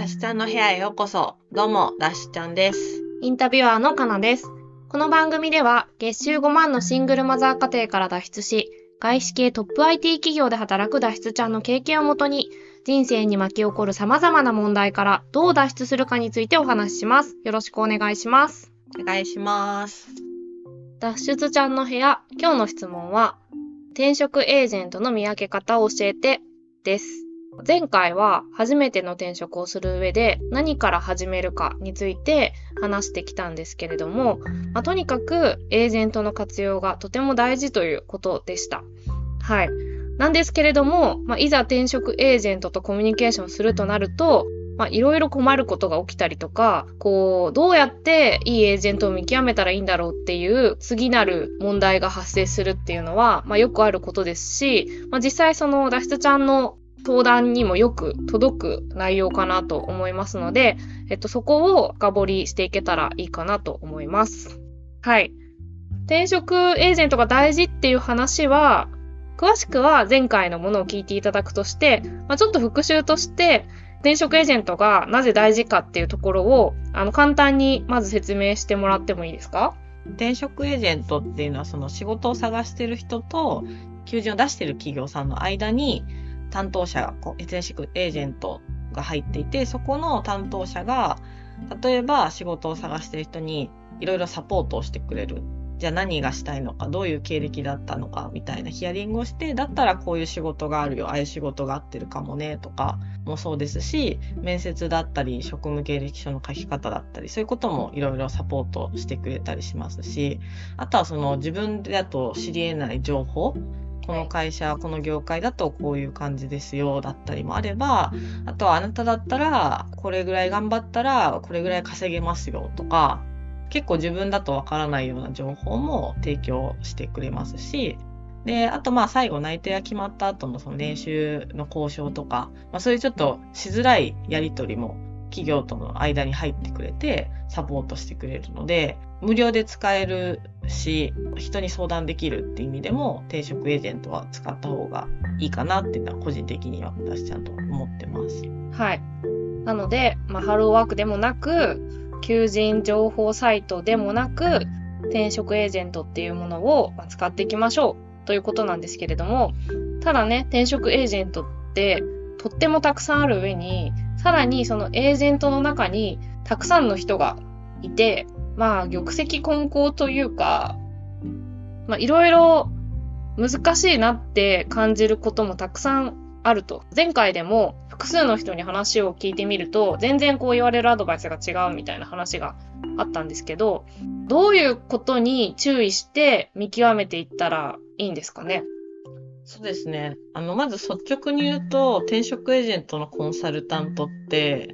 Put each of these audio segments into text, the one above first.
ダッシュちゃんの部屋へようこそ。どうも、ダッシュちゃんです。 インタビュアーのかなです。この番組では月収5万のシングルマザー家庭から脱出し、外資系トップ IT 企業で働く脱出ちゃんの経験をもとに、人生に巻き起こる様々な問題からどう脱出するかについてお話しします。よろしくお願いします。 お願いします。 脱出ちゃんの部屋、今日の質問は、転職エージェントの見分け方を教えてです。前回は初めての転職をする上で何から始めるかについて話してきたんですけれども、とにかくエージェントの活用がとても大事ということでした。はい。なんですけれども、いざ転職エージェントとコミュニケーションするとなると、いろいろ困ることが起きたりとか、どうやっていいエージェントを見極めたらいいんだろうっていう次なる問題が発生するっていうのは、よくあることですし、実際その脱出ちゃんの相談にもよく届く内容かなと思いますので、そこを深掘りしていけたらいいかなと思います。はい。転職エージェントが大事っていう話は、詳しくは前回のものを聞いていただくとして、ちょっと復習として、転職エージェントがなぜ大事かっていうところを、簡単にまず説明してもらってもいいですか？ 転職エージェントっていうのは、その仕事を探してる人と求人を出してる企業さんの間に、担当者が、転職エージェントが入っていて、そこの担当者が、例えば仕事を探してる人にいろいろサポートをしてくれる。じゃあ何がしたいのか、どういう経歴だったのか、みたいなヒアリングをして、だったらこういう仕事があるよ、ああいう仕事が合ってるかもね、とかもそうですし、面接だったり、職務経歴書の書き方だったり、そういうこともいろいろサポートしてくれたりしますし、あとはその自分だと知り得ない情報、この会社、この業界だとこういう感じですよ、だったりもあれば、あとはあなただったら、これぐらい頑張ったら、これぐらい稼げますよ、とか、結構自分だとわからないような情報も提供してくれますし、で、あと最後内定が決まった後のその練習の交渉とか、そういうちょっとしづらいやりとりも企業との間に入ってくれてサポートしてくれるので、無料で使えるし、人に相談できるっていう意味でも転職エージェントは使った方がいいかなっていうのは個人的には私ちゃんと思ってます。 はい。なので、ハローワークでもなく、求人情報サイトでもなく、転職エージェントっていうものを使っていきましょうということなんですけれども、ただね、転職エージェントってとってもたくさんある上に、さらにそのエージェントの中にたくさんの人がいて、玉石混交というか、いろいろ難しいなって感じることもたくさんあると。前回でも複数の人に話を聞いてみると、全然言われるアドバイスが違うみたいな話があったんですけど、どういうことに注意して見極めていったらいいんですかね？ そうですね。まず率直に言うと、転職エージェントのコンサルタントって、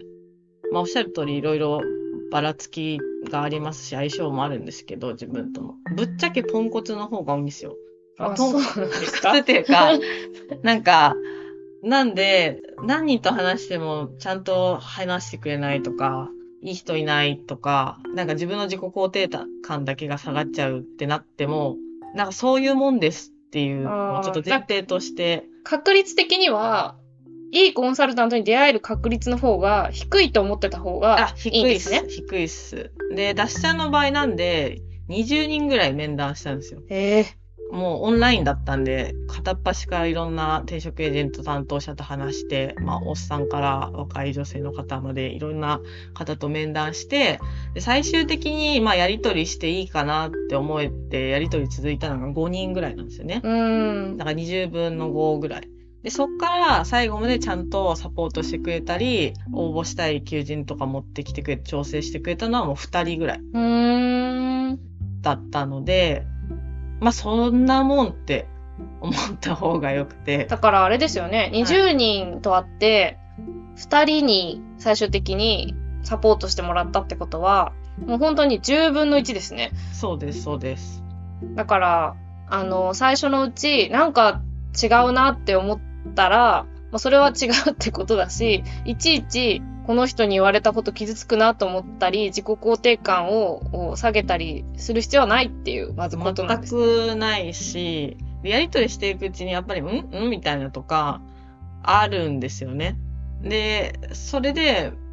おっしゃる通りいろいろばらつきがありますし、相性もあるんですけど、自分とも。ぶっちゃけポンコツの方が多いんですよ。 そうなんですか？ っていうか、なんで、何人と話してもちゃんと話してくれないとか、いい人いないとか、自分の自己肯定感だけが下がっちゃうってなっても、そういうもんですっていうのをちょっと前提として。 確率的には、いいコンサルタントに出会える確率の方が低いと思ってた方がいいんですね。 低いっす。で、ダッシュちゃんの場合なんで、20人ぐらい面談したんですよ。もうオンラインだったんで、片っ端からいろんな転職エージェント担当者と話して、おっさんから若い女性の方までいろんな方と面談して、で最終的にやり取りしていいかなって思えて、やり取り続いたのが5人ぐらいなんですよね。20分の5ぐらい。で、そっから最後までちゃんとサポートしてくれたり、応募したい求人とか持ってきてくれて調整してくれたのはもう2人ぐらいだったので、そんなもんって思った方がよくて。 だからあれですよね。20人と会って、2人に最終的にサポートしてもらったってことは、もう本当に10分の1ですね。 そうです、そうです。 だから、最初のうち、違うなって思ったら、それは違うってことだし、いちいち、この人に言われたこと傷つくなと思ったり、自己肯定感を下げたりする必要はないっていう、まずことなんです。 全くないし、やりとりしていくうちにやっぱり、みたいなとか、あるんですよね。で、それで、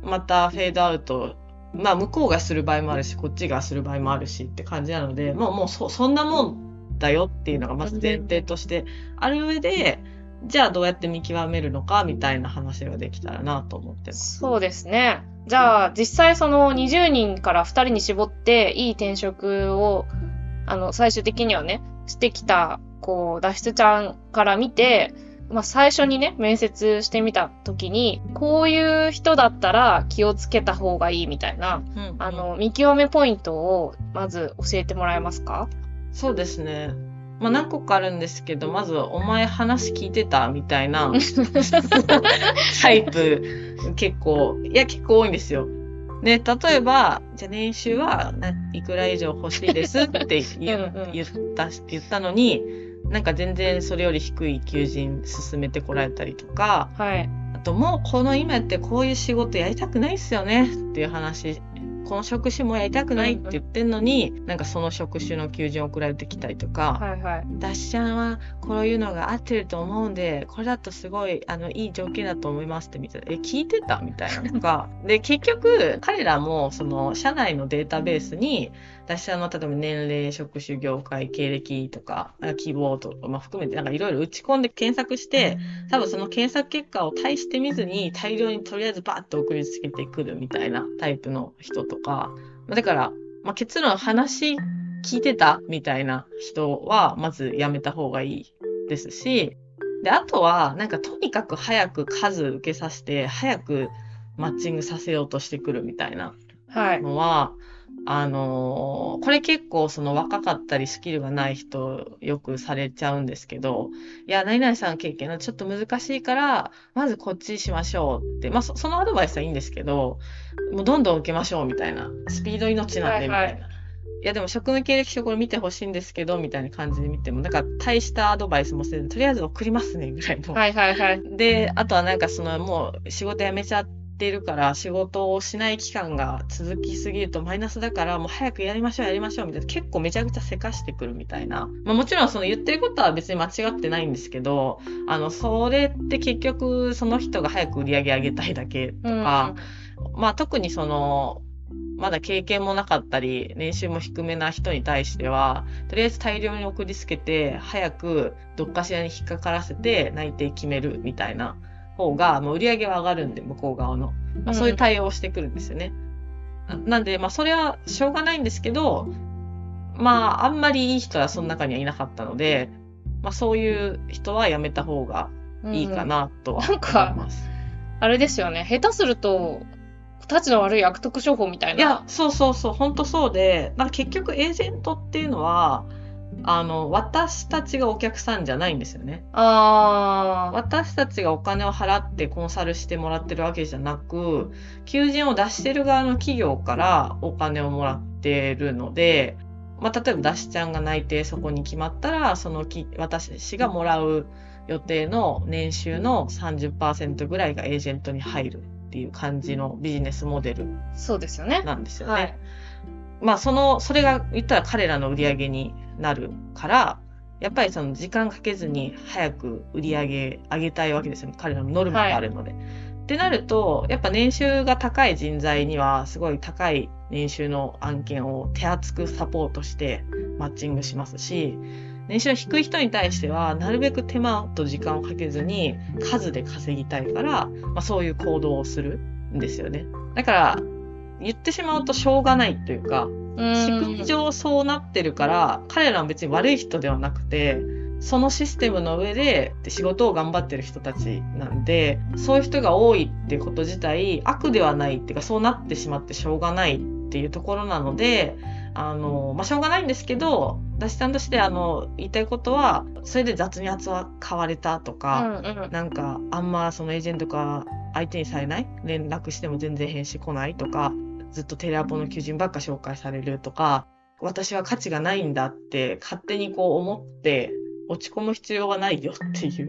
またフェードアウト、まあ向こうがする場合もあるし、こっちがする場合もあるしって感じなので、もうそんなもんだよっていうのがまず前提としてある上で、じゃあどうやって見極めるのかみたいな話ができたらなと思ってます。 そうですね。じゃあ、実際その20人から2人に絞って、いい転職を、最終的にはね、してきた、脱出ちゃんから見て、まあ、最初にね、面接してみたときに、こういう人だったら気をつけた方がいいみたいな、見極めポイントをまず教えてもらえますか？ そうですね。まあ何個かあるんですけど、まず、お前話聞いてたみたいなタイプ、結構多いんですよ。で、例えば、じゃあ年収はいくら以上欲しいですって言ったのに、なんか全然それより低い求人進めてこられたりとか、 はい。 あともうこの今やってこういう仕事やりたくないっすよねっていう話、この職種もやりたくないって言ってんのに、なんかその職種の求人送られてきたりとか、 はいはい。 ダッシュちゃんはこういうのが合ってると思うんで、これだとすごいいい条件だと思いますって見て、聞いてたみたいなのとかで、結局彼らもその社内のデータベースにダッシュちゃんの例えば年齢、職種、業界、経歴とか希望とか、含めてなんかいろいろ打ち込んで検索して、多分その検索結果を大して見ずに大量にとりあえずバーッと送りつけてくるみたいなタイプの人とか、だから、結論話聞いてたみたいな人はまずやめた方がいいですし、で、あとはなんかとにかく早く数受けさせて早くマッチングさせようとしてくるみたいなのは、これ結構その若かったりスキルがない人よくされちゃうんですけど、いや、何々さん経験のちょっと難しいから、まずこっちしましょうって、そのアドバイスはいいんですけど、もうどんどん受けましょうみたいな、スピード命なんでみたいな。いやでも職務経歴書これ見てほしいんですけどみたいな感じで見ても、なんか大したアドバイスもせず、とりあえず送りますねぐらいの。 はいはいはい。 で、あとはなんかもう仕事辞めちゃってるから仕事をしない期間が続きすぎるとマイナスだからもう早くやりましょうみたいな、結構めちゃくちゃせかしてくるみたいな。もちろんその言ってることは別に間違ってないんですけど、それって結局その人が早く売り上げ上げたいだけとか、特にまだ経験もなかったり、年収も低めな人に対しては、とりあえず大量に送りつけて、早くどっかしらに引っかからせて内定決めるみたいな方が、売り上げは上がるんで、向こう側の。そういう対応をしてくるんですよね。なんで、それはしょうがないんですけど、あんまりいい人はその中にはいなかったので、そういう人はやめた方がいいかなとは思います。 あれですよね。下手すると、たちの悪い悪徳商法みたいな。 いや、そう、本当そうで、結局エージェントっていうのは、私たちがお客さんじゃないんですよね。私たちがお金を払ってコンサルしてもらってるわけじゃなく、求人を出してる側の企業からお金をもらってるので、例えばダシちゃんが内定そこに決まったら、私がもらう予定の年収の 30% ぐらいがエージェントに入るっていう感じのビジネスモデルそうですよね。 なんですよね。それが言ったら彼らの売り上げになるから、やっぱりその時間かけずに早く売り上げ上げたいわけですよね。彼らのノルマがあるので。ってなると、やっぱ年収が高い人材にはすごい高い年収の案件を手厚くサポートしてマッチングしますし、年収の低い人に対してはなるべく手間と時間をかけずに数で稼ぎたいから、そういう行動をするんですよね。だから言ってしまうとしょうがないというか、仕組み上そうなってるから、彼らは別に悪い人ではなくて、そのシステムの上で仕事を頑張ってる人たちなんで、そういう人が多いってこと自体悪ではないっていうか、そうなってしまってしょうがないっていうところなので、しょうがないんですけど、私さんとして言いたいことは、それで雑に扱われたとか、なんかあんまそのエージェントが相手にされない、連絡しても全然返信来ないとか、ずっとテレアポの求人ばっか紹介されるとか、私は価値がないんだって勝手に思って落ち込む必要はないよっていう。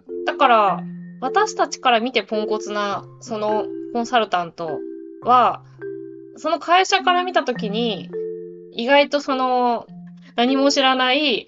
だから私たちから見てポンコツなそのコンサルタントは、その会社から見たときに意外と何も知らない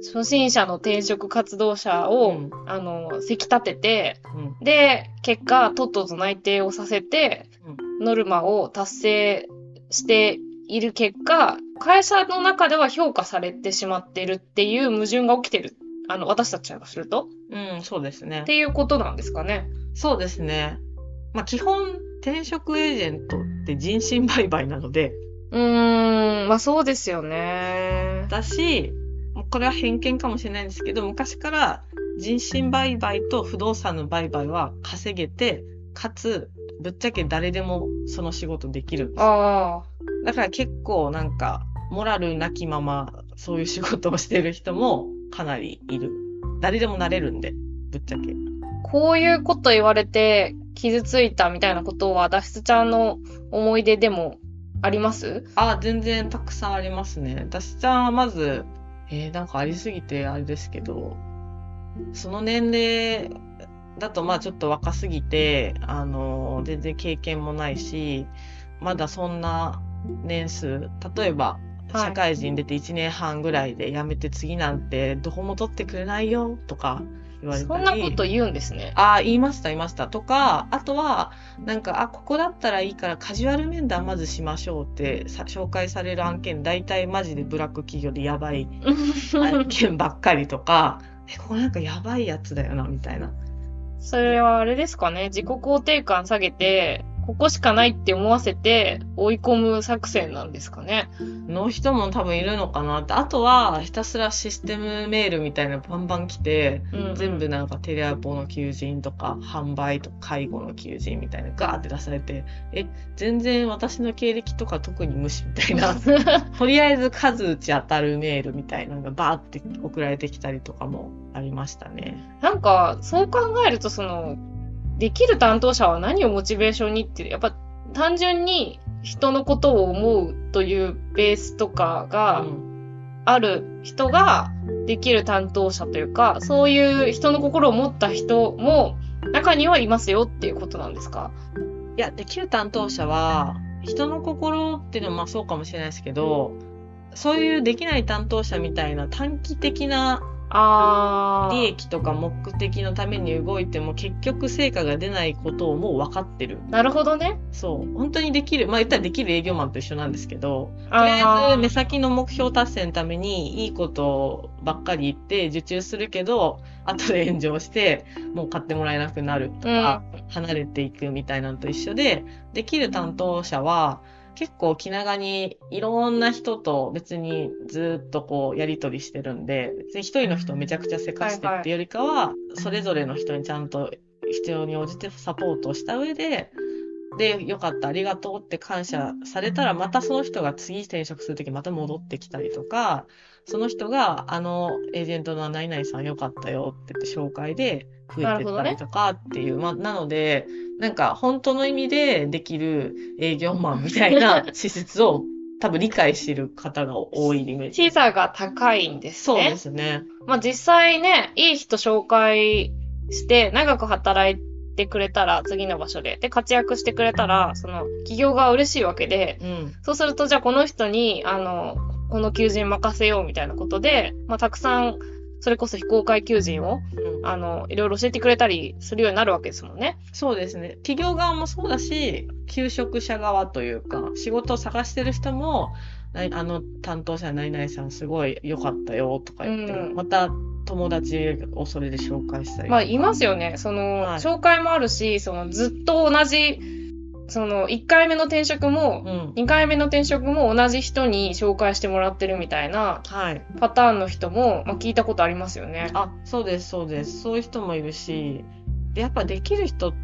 初心者の転職活動者を、 うんせき立てて、 うんで、結果、とっとと内定をさせて、ノルマを達成している結果、会社の中では評価されてしまってるっていう矛盾が起きてる。私たちからすると。 うん、そうですねっ。ていうことなんですかね。 そうですね。まあ基本、転職エージェントって人身売買なので、 まあそうですよね。 だし、これは偏見かもしれないんですけど、昔から人身売買と不動産の売買は稼げて、かつ、ぶっちゃけ誰でもその仕事できるんです。 ああ。 だから結構なんか、モラルなきまま、そういう仕事をしてる人もかなりいる。誰でもなれるんで、ぶっちゃけ。 こういうこと言われて傷ついたみたいなことは、脱出ちゃんの思い出でもあります？ 全然たくさんありますね。私ちゃんはまず、なんかありすぎてあれですけど、その年齢だとまあちょっと若すぎて、全然経験もないし、まだそんな年数、例えば、社会人出て1年半ぐらいで辞めて次なんてどこも取ってくれないよとか言われたり。 そんなこと言うんですね。 言いました。とか、あとは、なんか、ここだったらいいからカジュアル面談まずしましょうって紹介される案件、大体マジでブラック企業でやばい案件ばっかりとか、ここなんかやばいやつだよな、みたいな。 それはあれですかね。自己肯定感下げて、ここしかないって思わせて追い込む作戦なんですかね。 の人も多分いるのかなって。あとは、ひたすらシステムメールみたいなバンバン来て、全部なんかテレアポの求人とか、販売とか介護の求人みたいなガーって出されて、全然私の経歴とか特に無視みたいな。とりあえず数打ち当たるメールみたいなのがバーって送られてきたりとかもありましたね。 なんか、そう考えるとできる担当者は何をモチベーションにって、やっぱ単純に人のことを思うというベースとかがある人ができる担当者というか、そういう人の心を持った人も中にはいますよっていうことなんですか？ いや、できる担当者は人の心っていうのはまあそうかもしれないですけど、そういうできない担当者みたいな短期的な利益とか目的のために動いても結局成果が出ないことをもう分かってる。 なるほどね。 そう。本当にできる。まあ言ったらできる営業マンと一緒なんですけど、とりあえず目先の目標達成のためにいいことばっかり言って受注するけど、後で炎上してもう買ってもらえなくなるとか、離れていくみたいなのと一緒で、できる担当者は、結構気長にいろんな人と別にずっとこうやり取りしてるんで、別に一人の人をめちゃくちゃせかしてっていうよりかは、それぞれの人にちゃんと必要に応じてサポートをした上で、よかった、ありがとうって感謝されたら、またその人が次転職するときまた戻ってきたりとか、その人がエージェントの何々さんよかったよって言って紹介で増えてったりとかっていう、なので、なんか本当の意味でできる営業マンみたいな資質を多分理解している方が多いイメージ。 視座が高いんですね。 そうですね。 まあ実際ね、いい人紹介して長く働いてくれたら次の場所で活躍してくれたら企業が嬉しいわけで、そうするとじゃあこの人にこの求人任せようみたいなことで、まあたくさんそれこそ非公開求人を、いろいろ教えてくれたりするようになるわけですもんね。 そうですね。企業側もそうだし、求職者側というか、仕事を探してる人も、担当者何々さんすごい良かったよとか言って、また友達をそれで紹介したりとか。 まあ、いますよね。紹介もあるし、ずっと同じ、1回目の転職も、2回目の転職も同じ人に紹介してもらってるみたいな、パターンの人も、まあ、聞いたことありますよね。 そうです、そうです。そういう人もいるし、で、やっぱできる人って、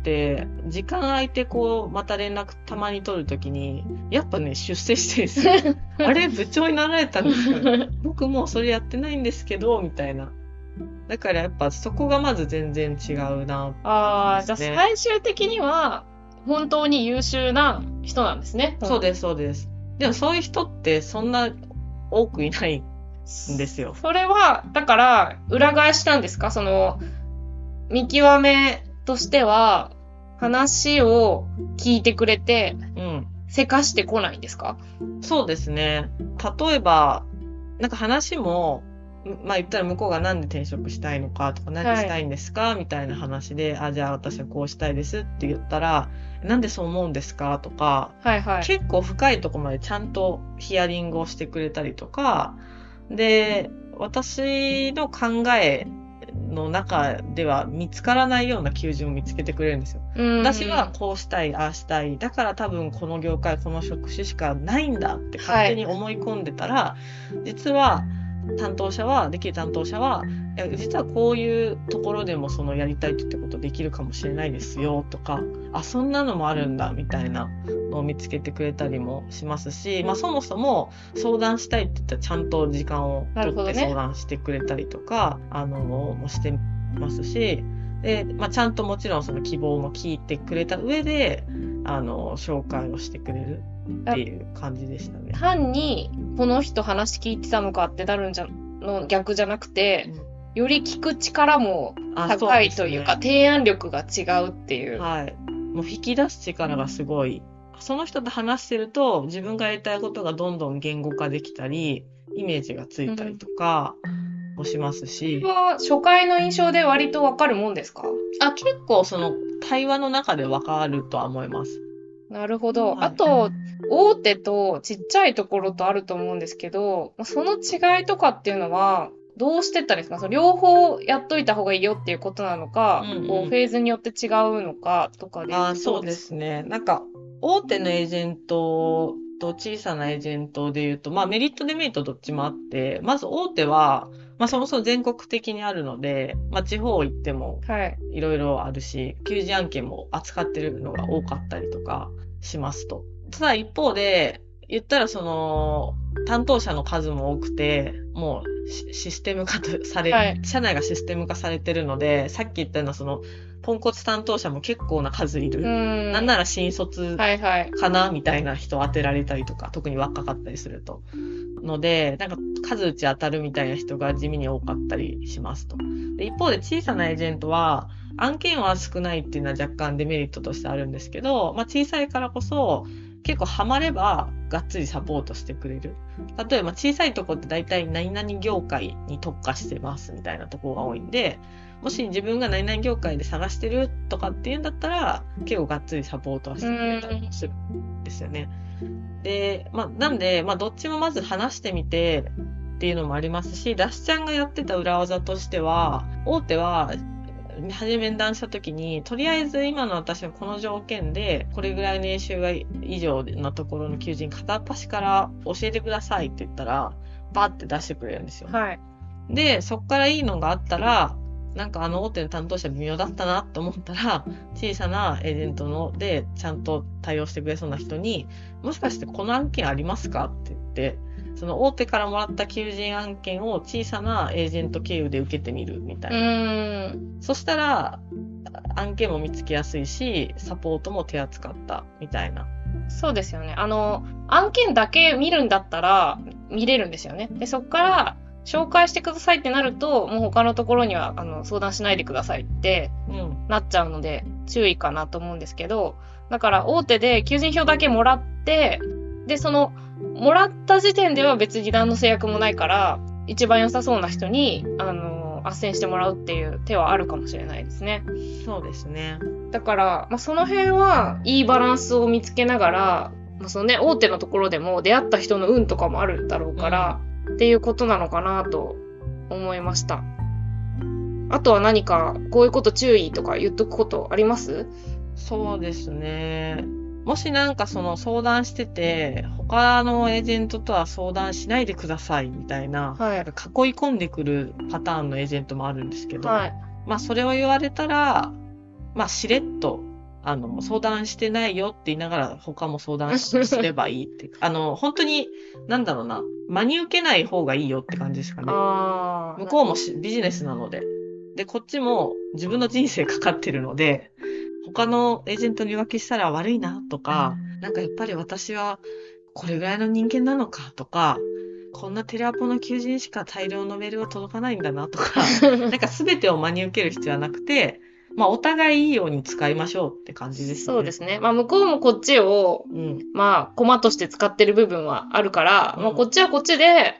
時間空いてまた連絡たまに取るときに、やっぱね、出世してるんですよ。あれ、部長になられたんですか？僕もうそれやってないんですけど、みたいな。だからやっぱそこがまず全然違うな、 じゃあ最終的には、本当に優秀な人なんですね。 そうです、そうです。でもそういう人ってそんな多くいないんですよ。 それは、だから、裏返しなんですか？見極めとしては、話を聞いてくれて、せかしてこないんですか？ そうですね。例えば、なんか話も、 まあ言ったら向こうがなんで転職したいのかとか、何したいんですか、みたいな話で、じゃあ私はこうしたいですって言ったら、なんでそう思うんですかとか、結構深いところまでちゃんとヒアリングをしてくれたりとか、で、私の考えの中では見つからないような求人を見つけてくれるんですよ。私はこうしたい、ああしたい。だから多分この業界、この職種しかないんだって勝手に思い込んでたら、実はできる担当者は、実はこういうところでもそのやりたいって言ったことできるかもしれないですよとか、そんなのもあるんだみたいなのを見つけてくれたりもしますし、そもそも相談したいって言ったらちゃんと時間を取って相談してくれたりとか、もしてますし、で、ちゃんともちろんその希望も聞いてくれた上で、紹介をしてくれるっていう感じでしたね。 単にこの人話聞いてたのかってなるの逆じゃなくて、より聞く力も高いというか、提案力が違うっていう。 はい。もう引き出す力がすごい。その人と話してると自分がやりたいことがどんどん言語化できたり、イメージがついたりとかもしますし。 それは初回の印象で割とわかるもんですか？ 結構その対話の中でわかるとは思います。 なるほど。あと、大手とちっちゃいところとあると思うんですけど、その違いとかっていうのは、どうしてったんですか？両方やっといた方がいいよっていうことなのか、こうフェーズによって違うのかとかで。 そうですね。なんか、大手のエージェントと小さなエージェントで言うと、メリットデメリットどっちもあって、まず大手は、そもそも全国的にあるので、地方行ってもいろいろあるし、求人案件も扱ってるのが多かったりとかしますと。ただ一方で、言ったらその、担当者の数も多くて、もうシステム化され、社内がシステム化されてるので、さっき言ったようなその、ポンコツ担当者も結構な数いる。なんなら新卒かな、みたいな人を当てられたりとか、特に若かったりすると。ので、なんか数打ち当たるみたいな人が地味に多かったりしますと。で、一方で小さなエージェントは、案件は少ないっていうのは若干デメリットとしてあるんですけど、小さいからこそ、結構ハマればがっつりサポートしてくれる。例えば小さいとこって大体何々業界に特化してますみたいなところが多いんで、もし自分が何々業界で探してるとかっていうんだったら、結構がっつりサポートはしてくれたりもするんですよね。で、なんで、どっちもまず話してみてっていうのもありますし、ダシちゃんがやってた裏技としては、大手は、初め面談した時に、とりあえず今の私はこの条件で、これぐらいの年収が以上のところの求人片っ端から教えてくださいって言ったら、バーって出してくれるんですよ。で、そっからいいのがあったら、なんか大手の担当者微妙だったなと思ったら、小さなエージェントでちゃんと対応してくれそうな人に、もしかしてこの案件ありますかって言って、その大手からもらった求人案件を小さなエージェント経由で受けてみるみたいな。そしたら、案件も見つけやすいし、サポートも手厚かったみたいな。 そうですよね。案件だけ見るんだったら見れるんですよね。で、そっから紹介してくださいってなると、もう他のところには相談しないでくださいってなっちゃうので、注意かなと思うんですけど、だから大手で求人票だけもらって、で、もらった時点では別に何の制約もないから、一番良さそうな人に、斡旋してもらうっていう手はあるかもしれないですね。 そうですね。 だから、その辺はいいバランスを見つけながら、そのね、大手のところでも出会った人の運とかもあるだろうから、っていうことなのかなと思いました。あとは何か、こういうこと注意とか言っとくことあります？ そうですね。もしなんかその相談してて、他のエージェントとは相談しないでくださいみたいな、なんか囲い込んでくるパターンのエージェントもあるんですけど、それを言われたら、しれっと、相談してないよって言いながら他も相談すればいいって。本当に、なんだろうな、真に受けない方がいいよって感じですかね。向こうもビジネスなので。で、こっちも自分の人生かかってるので、他のエージェントに浮気したら悪いなとか、なんかやっぱり私はこれぐらいの人間なのかとか、こんなテレアポの求人しか大量のメールが届かないんだなとか、なんか全てを真に受ける必要はなくて、お互いいいように使いましょうって感じですね。 そうですね。向こうもこっちを、駒として使ってる部分はあるから、こっちはこっちで、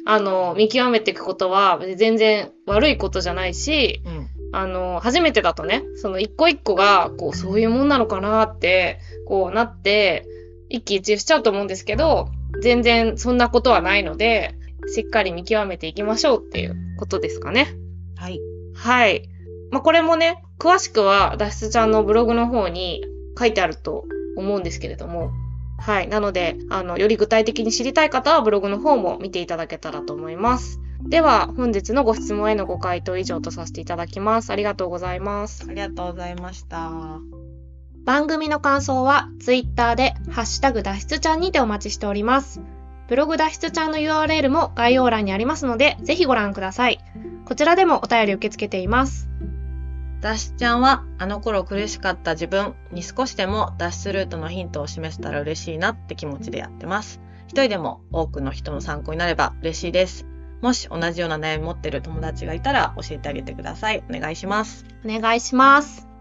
見極めていくことは全然悪いことじゃないし、初めてだとね、その一個一個が、そういうもんなのかなって、なって、一喜一憂しちゃうと思うんですけど、全然そんなことはないので、しっかり見極めていきましょうっていうことですかね。 はい。 はい。これもね、詳しくは脱出ちゃんのブログの方に書いてあると思うんですけれども、はい。なので、より具体的に知りたい方はブログの方も見ていただけたらと思います。では、本日のご質問へのご回答以上とさせていただきます。ありがとうございます。 ありがとうございました。 番組の感想は、ツイッターで、ハッシュタグ脱出ちゃんにてお待ちしております。ブログ脱出ちゃんの URL も概要欄にありますので、ぜひご覧ください。こちらでもお便り受け付けています。 脱出ちゃんは、あの頃苦しかった自分に少しでも脱出ルートのヒントを示せたら嬉しいなって気持ちでやってます。一人でも多くの人の参考になれば嬉しいです。もし同じような悩み持ってる友達がいたら教えてあげてください。お願いします。 お願いします。